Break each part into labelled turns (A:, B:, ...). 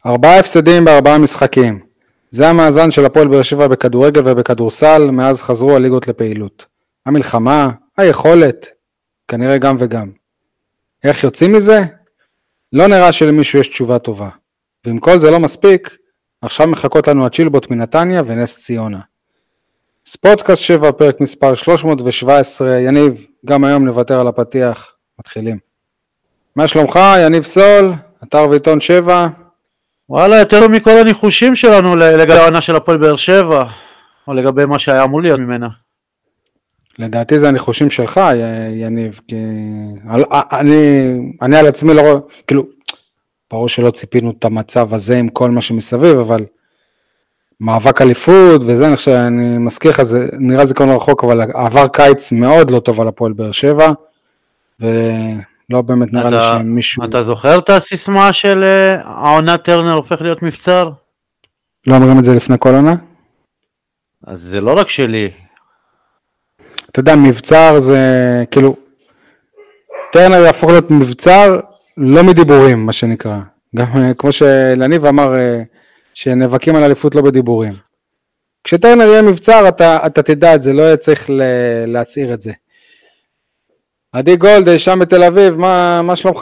A: 4 הפסדים ב4 משחקים. זה המאזן של הפועל באר שבע בכדורגל ובכדורסל מאז חזרו הליגות לפעילות. המלחמה, היכולת, כנראה גם וגם. איך יוצאים מזה? לא נראה שלמישהו יש תשובה טובה. ואם כל זה לא מספיק, עכשיו מחכות לנו הצ'ילבוט מנתניה ונס ציונה. ספורטקאסט 7, פרק מספר 317, יניב, גם היום נוותר על הפתיח, מתחילים. מה שלומך, יניב סול, אתר ועיתון 7?
B: וואלה, יותר מכל הניחושים שלנו לגבי העונה של הפועל באר שבע, או לגבי מה שהיה אמור להיות ממנה.
A: לדעתי זה הניחושים שלך, יניב, כי אני על עצמי לא רואה, כאילו, ברור שלא ציפינו את המצב הזה עם כל מה שמסביב, אבל מאבק אליפות וזה, אני מזכיר לך, נראה זיכרון רחוק, אבל עבר קיץ מאוד לא טוב על הפועל באר שבע, ולא באמת נראה לי שמישהו...
B: אתה זוכר את הסיסמה של העונה טרנר הופך להיות מבצר?
A: לא אומרים את זה לפני כל עונה?
B: אז זה לא רק שלי.
A: אתה יודע, מבצר זה כאילו, טרנר יהפוך להיות מבצר לא מדיבורים, מה שנקרא. גם כמו שלניב אמר, שנאבקים על אליפות לא בדיבורים. כשטרנר יהיה מבצר, אתה תדע את זה, לא יהיה צריך להצעיר את זה. עדי גולד, שם בתל אביב, מה שלומך?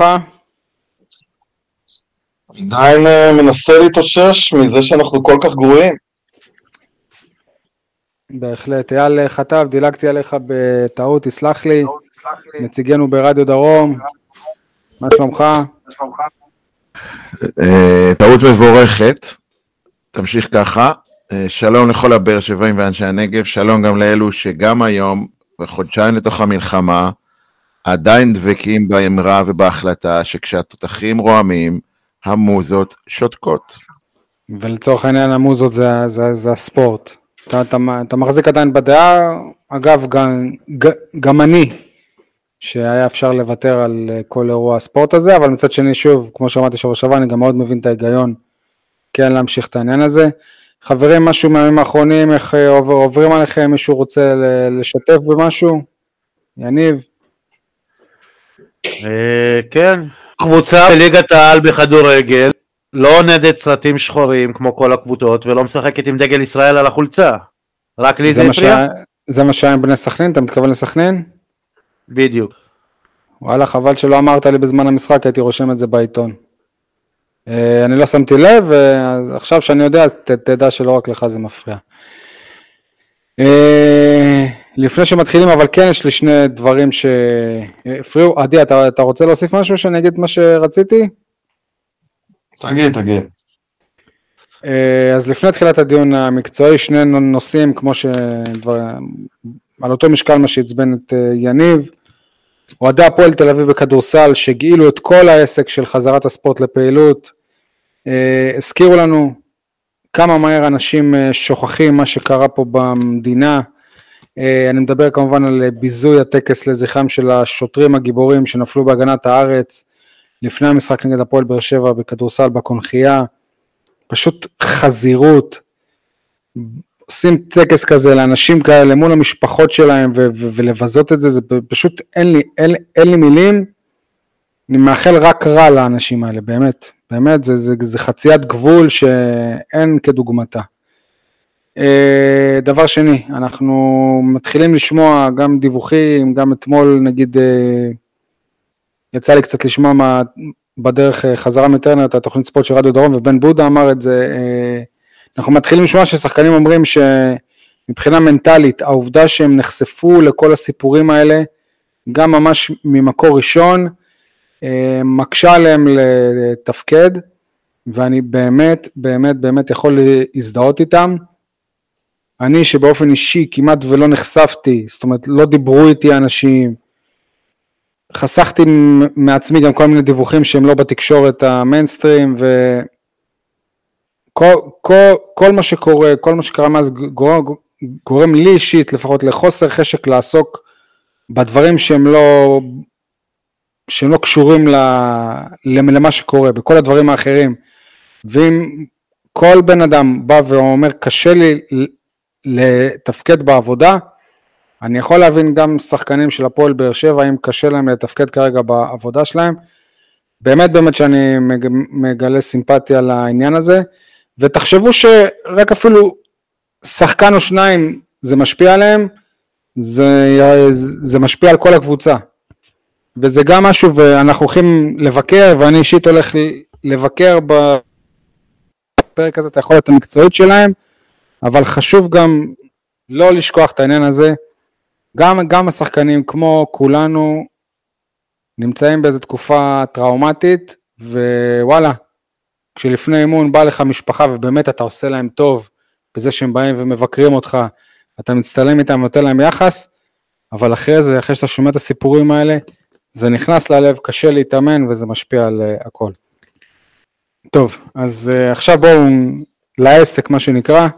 C: עדיין מנסה להתאושש מזה שאנחנו כל כך גרועים.
A: בהחלט, אייל חטב, דילגתי עליך בטעות, תסלח לי, נציגנו ברדיו דרום, מה שלומך?
D: טעות מבורכת, תמשיך ככה, שלום לכל הבאר שבעים ואנשי הנגב, שלום גם לאלו שגם היום, בחודשיים לתוך המלחמה, עדיין דבקים באמרה ובהחלטה שכשהתותחים רועמים, המוזות שותקות.
A: ולצורך העניין המוזות זה הספורט. אתה מחזיק עדיין בדעה, אגב גם אני, שהיה אפשר לוותר על כל אירוע הספורט הזה, אבל מצד שני שוב, כמו שאמרתי שבוע שעבר, אני גם מאוד מבין את ההיגיון, כן להמשיך את העניין הזה. חברים, משהו מהימים האחרונים, איך עוברים עליכם, מישהו רוצה לשתף במשהו? יניב?
B: כן, קבוצה בליגת העל בכדורגל, לא עונדת סרטים שחורים כמו כל הקבוצות, ולא משחקת עם דגל ישראל על החולצה. רק לי זה הפריע?
A: זה מה שהיה עם בני סכנין, אתה מתכוון לסכנין?
B: בדיוק.
A: וואלה, חבל שלא אמרת לי בזמן המשחק, הייתי רושם את זה בעיתון. אני לא שמתי לב, ועכשיו שאני יודע, אז תדע שלא רק לך זה מפריע. לפני שמתחילים, אבל כן יש לי שני דברים שהפריעו. עדי, אתה רוצה להוסיף משהו שאני אגיד מה שרציתי?
C: תגיד.
A: אז לפני תחילת הדיון המקצועי, שני נושאים, כמו על אותו משקל מה שהצבן את יניב, אוהדי הפועל תל אביב בכדורסל, שגאילו את כל העסק של חזרת הספורט לפעילות, הזכירו לנו כמה מהר אנשים שוכחים מה שקרה פה במדינה. אני מדבר כמובן על ביזוי הטקס לזכרם של השוטרים הגיבורים שנפלו בהגנת הארץ, לפני המשחק נגד הפועל באר שבע בכדורסל בקונחייה, פשוט חזירות, עושים טקס כזה לאנשים כאלה מול המשפחות שלהם ולבזות את זה, זה פשוט אין לי מילים, אני מאחל רק רע לאנשים האלה, באמת זה חציית גבול שאין כדוגמתה. דבר שני, אנחנו מתחילים לשמוע גם דיווחים, גם אתמול נגיד, יצא לי קצת לשמוע בדרך חזרה מטרנר, התוכנית ספורט של רדיו דרום, ובן בודה אמר את זה, אנחנו מתחילים לשמוע ששחקנים אומרים שמבחינה מנטלית, העובדה שהם נחשפו לכל הסיפורים האלה, גם ממש ממקור ראשון, מקשה עליהם לתפקד, ואני באמת יכול להזדהות איתם. אני שבאופן אישי כמעט ולא נחשפתי, זאת אומרת לא דיברו איתי אנשים, חסכתי מעצמי גם כל מיני דיווחים שהם לא בתקשורת המיינסטרים, כל מה שקורה, כל מה שקרה מאז גורם לי אישית לפחות לחוסר חשק לעסוק בדברים שהם לא קשורים למה שקורה, בכל הדברים האחרים. ואם כל בן אדם בא ואומר קשה לי לתפקד בעבודה, אני יכול להבין גם שחקנים של הפועל באר שבע, אם קשה להם לתפקד כרגע בעבודה שלהם, באמת שאני מגלה סימפתיה לעניין הזה, ותחשבו שרק אפילו שחקן או שניים זה משפיע עליהם, זה משפיע על כל הקבוצה, וזה גם משהו, ואנחנו הולכים לבקר, ואני אישית הולך לבקר בפרק הזה את היכולת המקצועית שלהם, אבל חשוב גם לא לשכוח את העניין הזה, גם השחקנים כמו כולנו, נמצאים באיזו תקופה טראומטית, ווואלה, כשלפני אימון בא לך משפחה, ובאמת אתה עושה להם טוב, בזה שהם באים ומבקרים אותך, אתה מצטלם איתם, נותן להם יחס, אבל אחרי זה, אחרי שאתה שומע את הסיפורים האלה, זה נכנס ללב, קשה להתאמן, וזה משפיע על הכל. טוב, אז עכשיו בואו לעסק, מה שנקרא,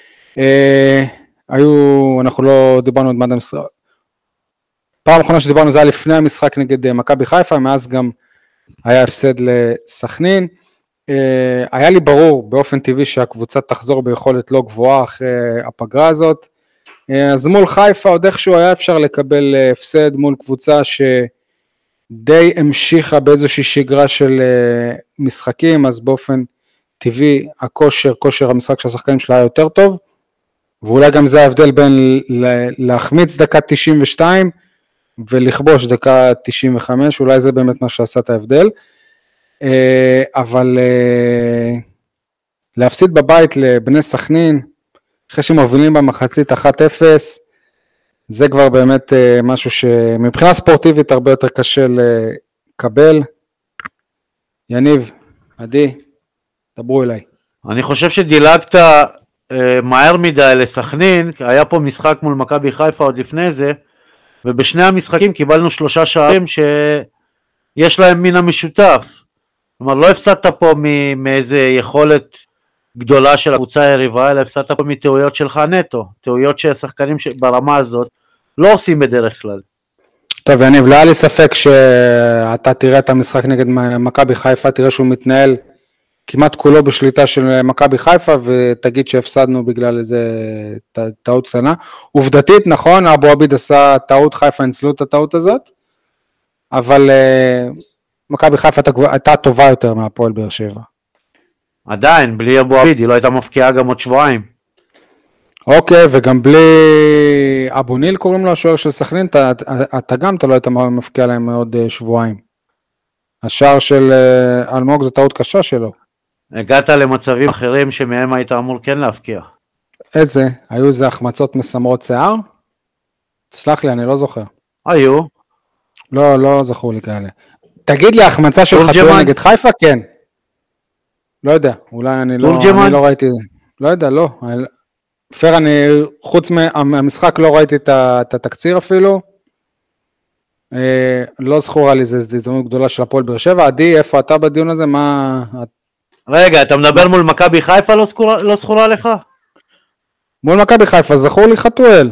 A: אנחנו לא דיברנו עוד מדע משחק, פעם האחרונה שדיברנו זה היה לפני המשחק נגד מכבי חיפה, מאז גם היה הפסד לסכנין, היה לי ברור באופן טבעי שהקבוצה תחזור ביכולת לא גבוהה אחרי הפגרה הזאת, אז מול חיפה עוד איכשהו היה אפשר לקבל הפסד מול קבוצה שדי המשיכה באיזושהי שגרה של משחקים, אז באופן טבעי כושר המשחק של השחקנים שלה היה יותר טוב, ואולי גם זה ההבדל בין להחמיץ דקה 92 ולכבוש דקה 95, אולי זה באמת מה שעשה את ההבדל, אבל להפסיד בבית לבני סכנין, אחרי שמובילים במחצית 1-0, זה כבר באמת משהו שמבחינה ספורטיבית הרבה יותר קשה לקבל. יניב, עדי, דברו אליי.
B: אני חושב שדילגת מהר מדי לסכנין, היה פה משחק מול מכבי חיפה עוד לפני זה, ובשני המשחקים קיבלנו 3 שערים שיש להם מן המשותף. כלומר, לא הפסדת פה מאיזה יכולת גדולה של הקבוצה היריבה, אלא הפסדת פה מטעויות שלך נטו, טעויות שהשחקנים ברמה הזאת לא עושים בדרך כלל.
A: טוב, יניב, לא היה לי ספק שאתה תראה את המשחק נגד מכבי חיפה, תראה שהוא מתנהל כמעט כולו בשליטה של מכבי חיפה, ותגיד שהפסדנו בגלל איזה טעות קטנה. עובדתית, נכון, אבו עביד עשה טעות, חיפה ניצלו את הטעות הזאת, אבל מכבי חיפה הייתה טובה יותר מהפועל באר שבע.
B: עדיין, בלי אבו עביד, היא לא הייתה מפקיעה גם עוד שבועיים.
A: אוקיי, וגם בלי אבו ניל קוראים לו השוער של סכנין, אתה גם לא היית מפקיע להם עוד שבועיים. השער של אלמוג זו טעות קשה שלו.
B: הגעת למצבים אחרים שמהם היית אמור כן להפקיע.
A: איזה? היו איזה החמצות מסמרות שיער? תסלח לי, אני לא זוכר.
B: היו.
A: לא זכור לי כאלה. תגיד לי, החמצה של חתואל נגד חיפה? כן. לא יודע, אולי אני לא ראיתי, לא יודע, לא. פר, אני חוץ מהמשחק לא ראיתי את התקציר אפילו. לא זכורה לי, זו הזדמנות גדולה של הפועל באר שבע. עדי, איפה אתה בדיון הזה? מה...
B: רגע, אתה מדבר מול מכבי חיפה, לא זכורה לך?
A: מול מכבי חיפה, זכור לי חתואל.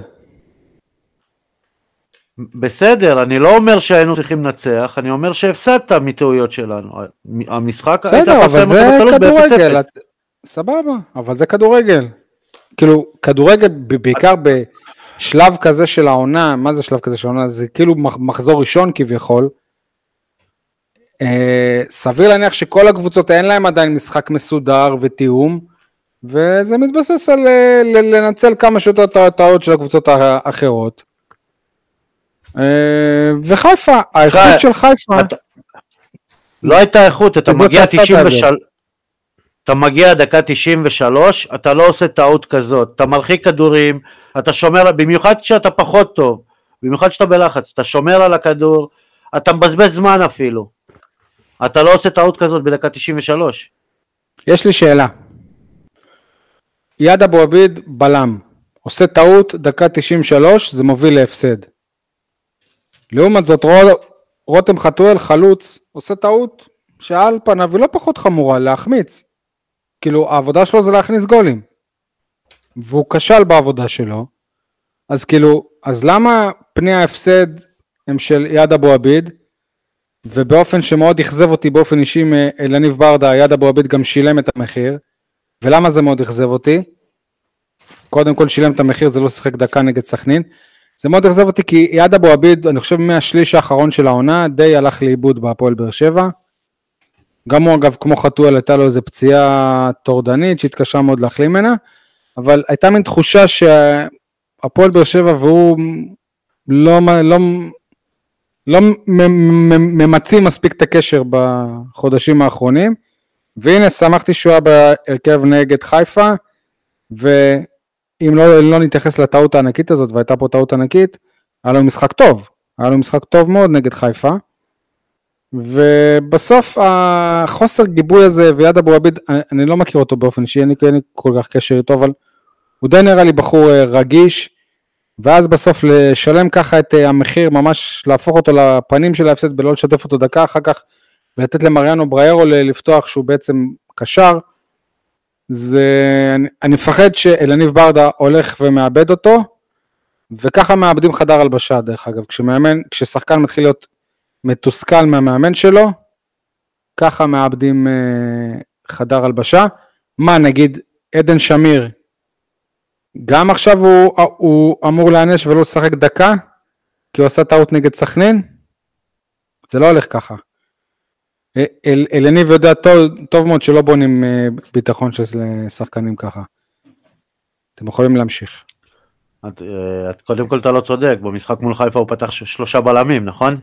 B: בסדר, אני לא אומר שהיינו צריכים לנצח, אני אומר שהפסדת מטעויות שלנו. המשחק...
A: בסדר, אבל זה כדורגל. סבבה, אבל זה כדורגל. כאילו, כדורגל בעיקר בשלב כזה של העונה, מה זה שלב כזה של העונה? זה כאילו מחזור ראשון כביכול. סביר להניח שכל הקבוצות אין להם עדיין משחק מסודר ותיאום, וזה מתבסס על לנצל כמה שיותר טעות של הקבוצות האחרות. וחיפה, האיכות של חיפה...
B: לא הייתה איכות, אתה מגיע 93... אתה מגיע דקה 93, אתה לא עושה טעות כזאת, אתה מרחיק כדורים, אתה שומר, במיוחד שאתה פחות טוב, במיוחד שאתה בלחץ, אתה שומר על הכדור, אתה מבזבז זמן אפילו, אתה לא עושה טעות כזאת בדקה 93.
A: יש לי שאלה, יד אבו עביד בלם, עושה טעות, דקה 93, זה מוביל להפסד. לעומת זאת, רותם חתואל, חלוץ, עושה טעות, שעל פניו היא לא פחות חמורה, להחמיץ. כאילו, העבודה שלו זה להכניס גולים. והוא כשל בעבודה שלו. אז כאילו, אז למה פני ההפסד הם של יד אבו עביד, ובאופן שמאוד יחזב אותי באופן אישי לניב ברדה, יד אבו עביד גם שילם את המחיר, ולמה זה מאוד יחזב אותי? קודם כל שילם את המחיר, זה לא שיחק דקה נגד סכנין, זה מאוד יחזב אותי כי יד אבו עביד, אני חושב מהשליש האחרון של העונה, די הלך לאיבוד בהפועל באר שבע, גם הוא אגב כמו חתואל הייתה לו איזו פציעה טורדנית שהתקשה מאוד להחלים ממנה, אבל הייתה מין תחושה שהפועל באר שבע והוא לא ממצים מספיק את הקשר בחודשים האחרונים, והנה שמחתי שהוא היה בהרכב נגד חיפה, ואם לא נתייחס לטעות הענקית הזאת, והייתה פה טעות ענקית, היה לו משחק טוב מאוד נגד חיפה, ובסוף החוסר גיבוי הזה, ויד אבו עביד, אני לא מכיר אותו באופן אישי, אין לי כל כך קשר איתו, אבל הוא די נראה לי בחור רגיש, ואז בסוף לשלם ככה את המחיר, ממש להפוך אותו לפנים של ההפסד, בלא לשתף אותו דקה אחר כך, ולתת למריאנו בריירו לפתוח שהוא בעצם קשר, אני מפחד שאלניב ברדה הולך ומאבד אותו, וככה מאבדים חדר הלבשה דרך אגב, כששחקן מתחיל להיות מתוסכל מהמאמן שלו, ככה מאבדים חדר הלבשה. מה נגיד עדן שמיר, גם עכשיו הוא אמור להענש ולא לשחק דקה, כי הוא עשה טעות נגד סכנין? זה לא הולך ככה. אלניב יודע טוב מאוד שלא בונים ביטחון של שחקנים ככה. אתם יכולים להמשיך.
B: קודם כל אתה לא צודק, במשחק מול חיפה הוא פתח 3 בלמים, נכון?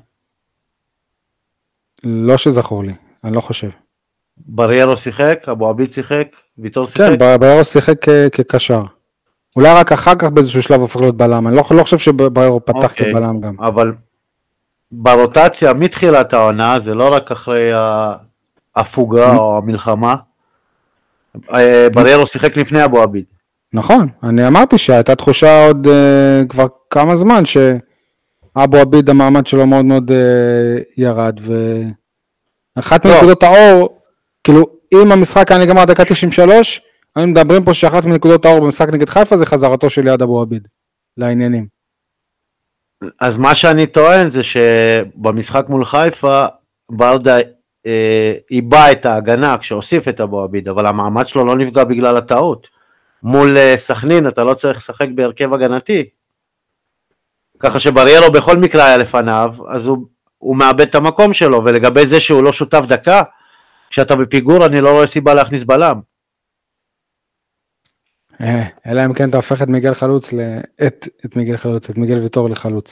A: לא שזכור לי, אני לא חושב.
B: בריירו שיחק, אבו עביד שיחק, ויטור שיחק?
A: כן, בריירו שיחק כקשר. אולי רק אחר כך באיזשהו שלב הופך להיות בלם, אני לא חושב שבריירו פתח כבלם גם.
B: אבל ברוטציה מתחילת העונה, זה לא רק אחרי ההפוגה או המלחמה, בריירו שיחק לפני אבו עביד.
A: נכון, אני אמרתי שהייתה תחושה עוד כבר כמה זמן, שאבו עביד המעמד שלו מאוד מאוד ירד, ואחת מנקודות האור, כאילו אם המשחק היה נגמר דקה 93, אנחנו מדברים פה שאחת מנקודות האור במשחק נגד חיפה, זה חזרתו של יד אבו עביד, לעניינים.
B: אז מה שאני טוען זה שבמשחק מול חיפה, ברדה איבא את ההגנה כשהוסיף את אבו עביד, אבל המעמד שלו לא נפגע בגלל הטעות. מול סכנין אתה לא צריך לשחק בהרכב הגנתי, ככה שבריירו בכל מקרה היה לפניו, אז הוא מאבד את המקום שלו, ולגבי זה שהוא לא שותף דקה, כשאתה בפיגור אני לא רואה סיבה להכניס בלם.
A: אלא אם כן אתה הופך את מיגל חלוץ, את מיגל ויטור לחלוץ.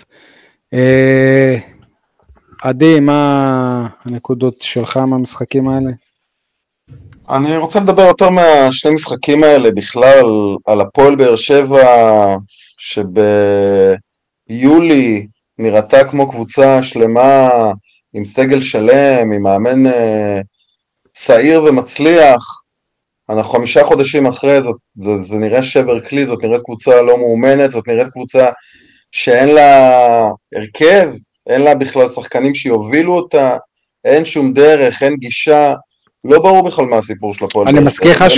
A: עדי, מה הנקודות שלך מהמשחקים האלה?
C: אני רוצה לדבר יותר מהשני משחקים האלה בכלל, על הפועל באר שבע, שביולי נראתה כמו קבוצה שלמה, עם סגל שלם, עם מאמן צעיר ומצליח. אנחנו 5 חודשים אחרי, זה נראה שבר כלי, זאת נראית קבוצה לא מאומנת, זאת נראית קבוצה שאין לה הרכב, אין לה בכלל שחקנים שיובילו אותה, אין שום דרך, אין גישה, לא ברור בכלל מה הסיפור של הפועל.
A: אני מזכיר לך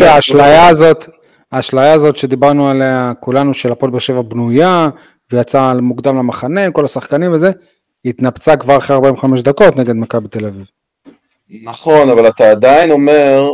A: שהאשליה הזאת שדיברנו עליה כולנו, של הפועל באר שבע בנויה, ויצאה מוקדם למחנה, כל השחקנים וזה, התנפצה כבר אחרי 45 דקות נגד מכבי תל אביב.
C: נכון, אבל אתה עדיין אומר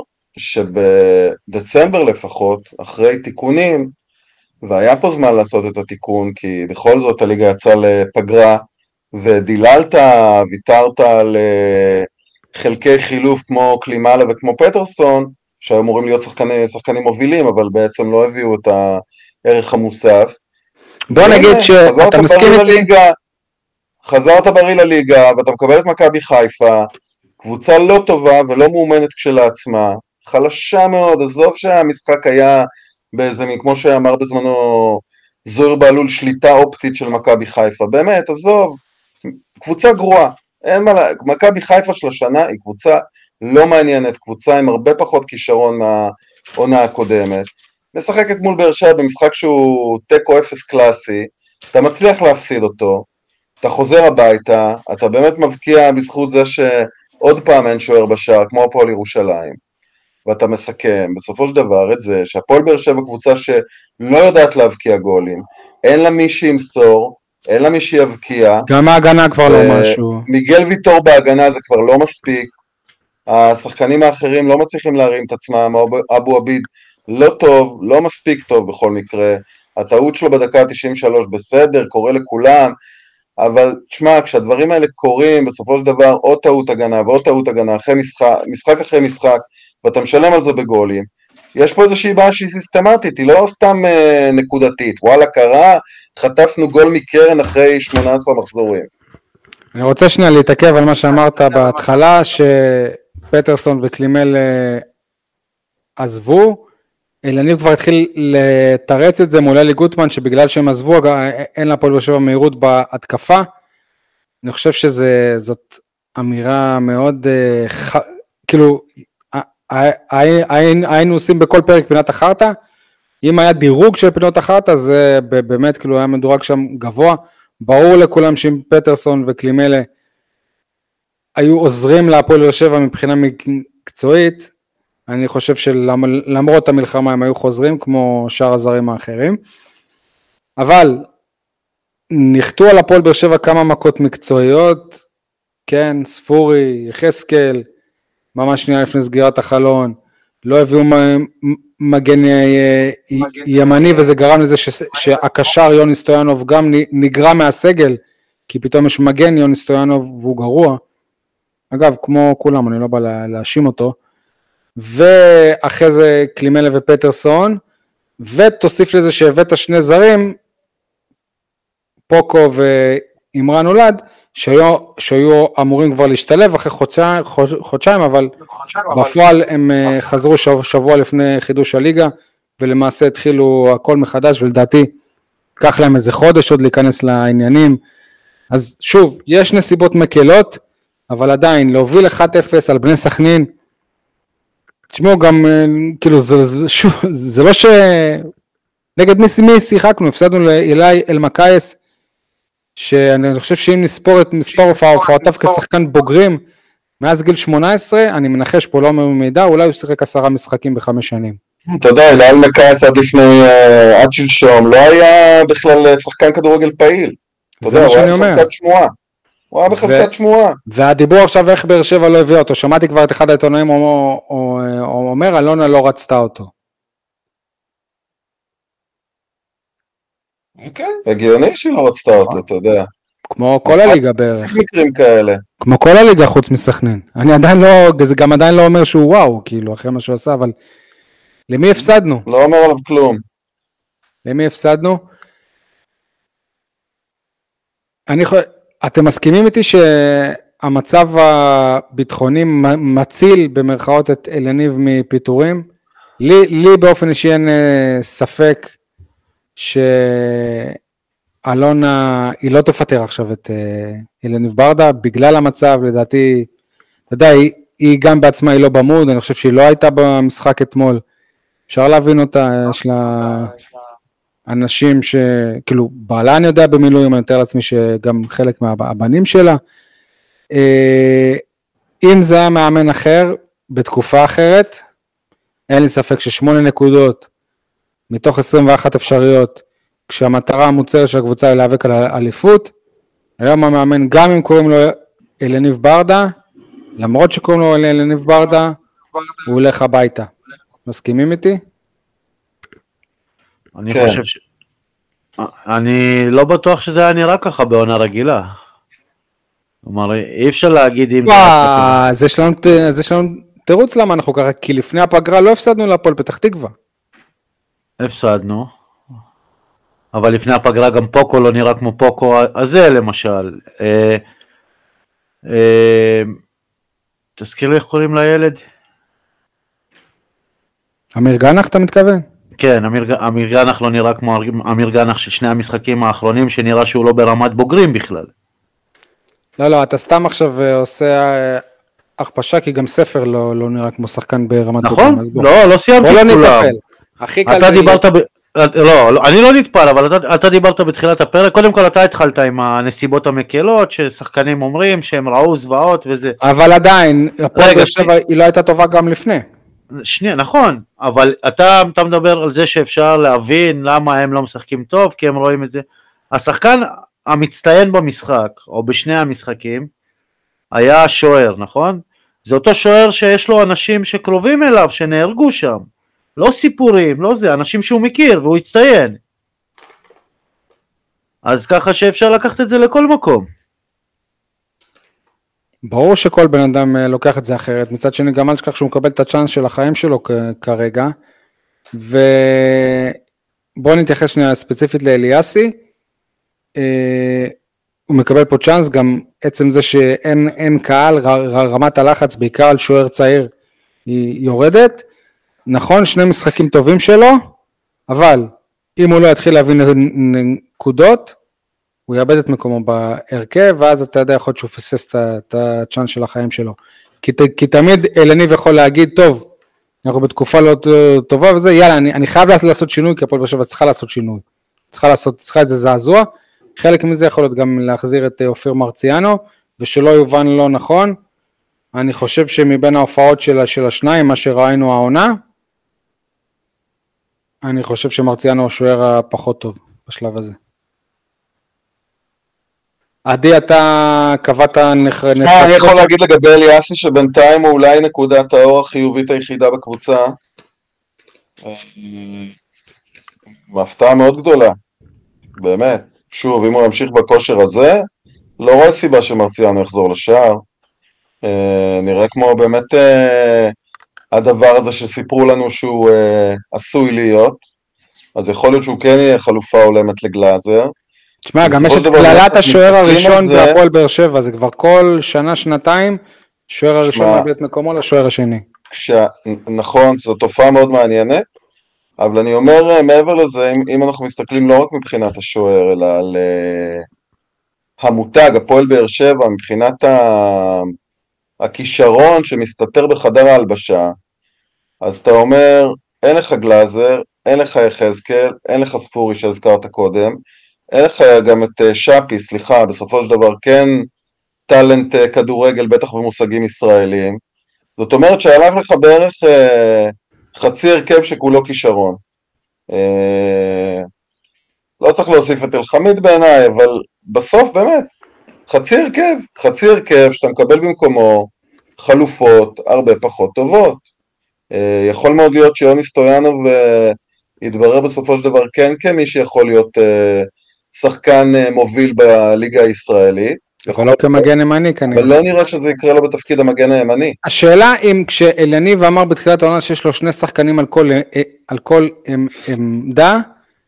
C: שבדצמבר לפחות, אחרי תיקונים, והיה פה זמן לעשות את התיקון, כי בכל זאת הליגה יצאה לפגרה, ודיללת, ויתרת על חלקי חילוף כמו קלימאלה וכמו פטרסון, שהיו אמורים להיות שחקנים מובילים, אבל בעצם לא הביאו את הערך המוסף.
A: בוא נגיד שאתה מסכים איתי.
C: חזרת בריא לליגה, ואתה מקבל את מכבי חיפה, קבוצה לא טובה ולא מאומנת כשלעצמה, חלשה מאוד, עזוב שהמשחק היה באיזה, כמו שאמר בזמנו זוהיר בעלול, שליטה אופטית של מכבי חיפה, באמת, עזוב, קבוצה גרועה, אין מה, מכבי חיפה של השנה היא קבוצה לא מעניינת, קבוצה עם הרבה פחות כישרון מהעונה הקודמת, משחקת מול באר שבע במשחק שהוא טקו 0 קלאסי, אתה מצליח להפסיד אותו, אתה חוזר הביתה, אתה באמת מבקיע בזכות זה שעוד פעם אין שוער בשער, כמו הפועל ירושלים, ואתה מסכם בסופו של דבר את זה שהפועל באר שבע קבוצה שלא יודעת להבקיע גולים, אין לה מי שימסור, אין לה מי שיבקיע.
A: גם ההגנה כבר לא משהו.
C: מיגל ויטור בהגנה זה כבר לא מספיק, השחקנים האחרים לא מצליחים להרים את עצמם, אבו עביד לא טוב, לא מספיק טוב בכל מקרה, הטעות שלו בדקה 93 בסדר, קורא לכולם, אבל תשמע, כשהדברים האלה קורים, בסופו של דבר עוד טעות הגנה ועוד טעות הגנה, אחרי משחק אחרי משחק, ואתה משלם על זה בגולים, יש פה איזושהי בעיה שהיא סיסטמטית, היא לא סתם נקודתית, וואלה קרה, חטפנו גול מקרן אחרי 18 מחזורים.
A: אני רוצה שנייה להתעכב על מה שאמרת בהתחלה, שפטרסון וקלימל עזבו, אלניב כבר התחיל לתרץ את זה מול אלי גוטמן, שבגלל שהם עזבו, אין לה פה בשבע מהירות בהתקפה. אני חושב שזאת אמירה מאוד, כאילו, היינו עושים בכל פרק פינת החרטה, אם היה דירוג של פינות החרטה, זה באמת כאילו היה מדורג שם גבוה, ברור לכולם שאם פטרסון וקלימלה היו עוזרים להפועל באר שבע מבחינה מקצועית, אני חושב שלמרות המלחמה הם היו חוזרים כמו שאר הזרים האחרים, אבל נחתו על הפועל באר שבע כמה מכות מקצועיות, כן, ספורי, יחזקאל, ממש שנייה לפני סגירת החלון, לא הביאו מגן ימני, וזה גרם לזה שהקשר יוני סטויאנוב גם נגרע מהסגל, כי פתאום יש מגן יוני סטויאנוב והוא גרוע, אגב כמו כולם, אני לא בא להאשים אותו, ואחרי זה קלימלה ופטרסון, ותוסיף לזה שהבאת שני זרים, פוקו ואמרן הולד, שהיו אמורים כבר להשתלב אחרי חודשיים, אבל בפועל הם חזרו שבוע לפני חידוש הליגה, ולמעשה התחילו הכל מחדש, ולדעתי קח להם איזה חודש עוד להיכנס לעניינים. אז שוב, יש נסיבות מקלות, אבל עדיין להוביל 1-0 על בני סכנין, תשמעו גם, כאילו, זה לא ש... נגד מי שיחקנו, הפסדנו לאילי אלמקייס, שאני חושב שאם נספור את מספר הופעותיו כשחקן בוגרים, מאז גיל 18, אני מנחש פה לא מידע, אולי הוא שיחק 10 משחקים ב5 שנים.
C: אתה יודע, אילי אלמקייס עד שלשום, לא היה בכלל שחקן כדורגל פעיל.
A: זה מה שאני אומר.
C: הוא היה בחזקת שמועה.
A: והדיבור עכשיו איך באר שבע לא הביא אותו, שמעתי כבר את אחד העיתונאים אומר, אלונה לא רצתה אותו.
C: כן, הגיוני שהיא לא רצתה אותו, אתה יודע.
A: כמו כל הליגה בערך.
C: איך מקרים כאלה?
A: כמו כל הליגה חוץ מסכנין. אני עדיין לא, זה גם עדיין לא אומר שהוא וואו, כאילו, אחרי מה שהוא עשה, אבל למי הפסדנו?
C: לא אומר עליו כלום.
A: למי הפסדנו? אתם מסכימים איתי שהמצב הביטחוני מציל במרכאות את אלניב מפיטורים? לי באופן אישי אין ספק שאלונה היא לא תפטר עכשיו את אלניב ברדה בגלל המצב, לדעתי, אתה יודע, היא גם בעצמה היא לא במוד, אני חושב שהיא לא הייתה במשחק אתמול, אפשר להבין אותה, יש לה אנשים שכאילו בעלה אני יודע במילואים, אני מתאר לעצמי שגם חלק מהבנים שלה, אם זה היה מאמן אחר בתקופה אחרת, אין לי ספק ש8 נקודות מתוך 21 אפשריות, כשהמטרה המוצרת של הקבוצה היא להיאבק על האליפות, היום המאמן גם אם קוראים לו אלניב ברדה, למרות שקוראים לו אלניב ברדה, הוא הולך הביתה. מסכימים איתי?
B: אני חושב אני לא בטוח שזה היה נראה ככה בעונה רגילה. כלומר, אי אפשר להגיד אם...
A: זה שלנו תירוץ למה אנחנו ככה, כי לפני הפגרה לא הפסדנו להפועל פתח תקווה.
B: הפסדנו. אבל לפני הפגרה גם פוקו לא נראה כמו פוקו הזה למשל. תזכיר לי איך קוראים לילד?
A: אמיר גנח אתה מתכוון?
B: כן, אמיר גנח לא נראה כמו אמיר גנח של שני המשחקים האחרונים, שנראה שהוא לא ברמת בוגרים בכלל.
A: לא, אתה סתם עכשיו עושה הכפשה, כי גם ספר לא נראה כמו שחקן ברמת בוגרים.
B: נכון? לא סיימתי את כולם. אתה דיברת, לא, אני לא נטפל, אבל אתה דיברת בתחילת הפרק, קודם כל אתה התחלת עם הנסיבות המקלות, ששחקנים אומרים שהם ראו זוועות וזה.
A: אבל עדיין, הפועל באר שבע היא לא הייתה טובה גם לפני.
B: שנייה, נכון, אבל אתה מדבר על זה שאפשר להבין למה הם לא משחקים טוב, כי הם רואים את זה. השחקן המצטיין במשחק, או בשני המשחקים, היה שוער, נכון? זה אותו שוער שיש לו אנשים שקרובים אליו, שנהרגו שם. לא סיפורים, לא זה, אנשים שהוא מכיר, והוא הצטיין. אז ככה שאפשר לקחת את זה לכל מקום.
A: ברור שכל בן אדם לוקח את זה אחרת, מצד שני גם אל תשכח שהוא מקבל את הצ'אנס של החיים שלו כרגע, ובואו נתייחס שנייה ספציפית לאליאסי, הוא מקבל פה צ'אנס, גם עצם זה שאין קהל, רמת הלחץ בעיקר על שוער צעיר היא יורדת, נכון שני משחקים טובים שלו, אבל אם הוא לא יתחיל להביא נקודות, הוא יאבד את מקומו בהרכב, ואז אתה יודע יכול להיות שהוא פספס את הצ'אנס של החיים שלו. כי תמיד אלניב יכול להגיד, טוב, אנחנו בתקופה לא טובה וזה, יאללה, אני חייב לעשות שינוי, כי הפועל באר שבע צריכה לעשות שינוי. צריכה איזה זעזוע, חלק מזה יכול להיות גם להחזיר את אופיר מרציאנו, ושלא יובן לא נכון, אני חושב שמבין ההופעות של השניים, מה שראינו העונה, אני חושב שמרציאנו השוער הפחות טוב בשלב הזה. עדי, אתה קבעת
C: אני יכול להגיד לגבי אליאסי שבינתיים הוא אולי נקודת האור החיובית היחידה בקבוצה. הפתעה מאוד גדולה, באמת. שוב, אם הוא ימשיך בכושר הזה, לא רואה סיבה שמרציאנו יחזור לשער. נראה כמו באמת הדבר הזה שסיפרו לנו שהוא עשוי להיות, אז יכול להיות שהוא כן יהיה חלופה הולמת לגלאזר.
A: תשמע, גם יש את כללת השוער הראשון בהפועל באר שבע, זה כבר כל שנה, שנתיים, שוער הראשון מאבד את מקומו לשוער השני.
C: נכון, זו תופעה מאוד מעניינת, אבל אני אומר מעבר לזה, אם אנחנו מסתכלים לא רק מבחינת השוער, אלא על המותג, הפועל באר שבע, מבחינת הכישרון שמסתתר בחדר ההלבשה, אז אתה אומר, אין לך גלאזר, אין לך יחזקאל, אין לך ספורי שהזכרת קודם, אין לך גם את שפי, סליחה, בסופו של דבר כן טלנט כדורגל, בטח במושגים ישראלים. זאת אומרת שהלך לך בערך חצי הרכב שכולו כישרון. לא צריך להוסיף את אלחמיד בעיניי, אבל בסוף באמת, חצי הרכב שאתה מקבל במקומו חלופות הרבה פחות טובות. יכול מאוד להיות שיוני סטויאנוב יתברר בסופו של דבר כן כמי שיכול להיות שחקן מוביל בליגה הישראלית.
A: אבל לא כמגן ימני כנראה.
C: אבל לא נראה שזה יקרה לו בתפקיד המגן הימני.
A: השאלה אם כשאליניב אמר בתחילת העונה שיש לו שני שחקנים על כל עמדה,